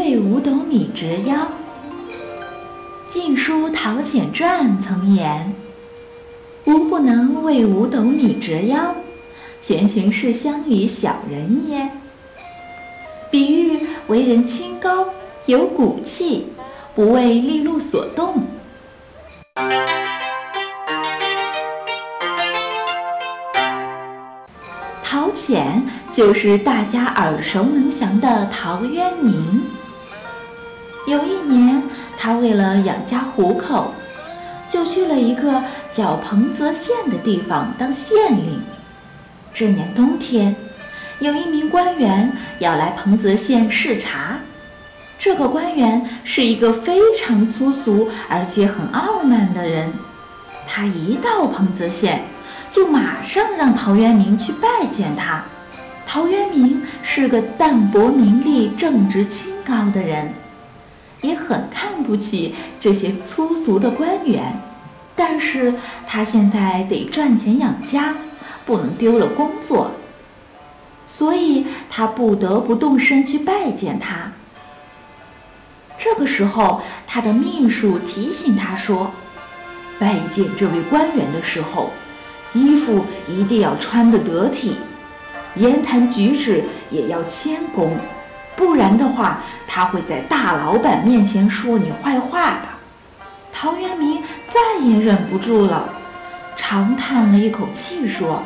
为五斗米折腰。《晋书·陶潜传》曾言：“吾不能为五斗米折腰，悬悬是相与小人也。”比喻为人清高，有骨气，不为利禄所动。陶潜就是大家耳熟能详的陶渊明。有一年，他为了养家糊口，就去了一个叫彭泽县的地方当县令。这年冬天，有一名官员要来彭泽县视察。这个官员是一个非常粗俗而且很傲慢的人。他一到彭泽县，就马上让陶渊明去拜见他。陶渊明是个淡泊名利、正直清高的人，也很看不起这些粗俗的官员，但是他现在得赚钱养家，不能丢了工作，所以他不得不动身去拜见他。这个时候，他的秘书提醒他说，拜见这位官员的时候，衣服一定要穿得得体，言谈举止也要谦恭，不然的话，他会在大老板面前说你坏话的。陶渊明再也忍不住了，长叹了一口气说：“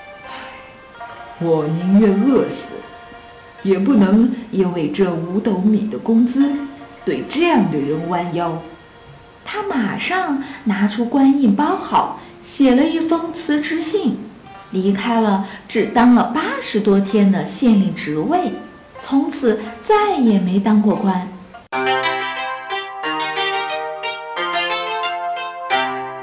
我宁愿饿死，也不能因为这5斗米的工资对这样的人弯腰。”他马上拿出官印包好，写了一封辞职信，离开了只当了80多天的县令职位，从此再也没当过官。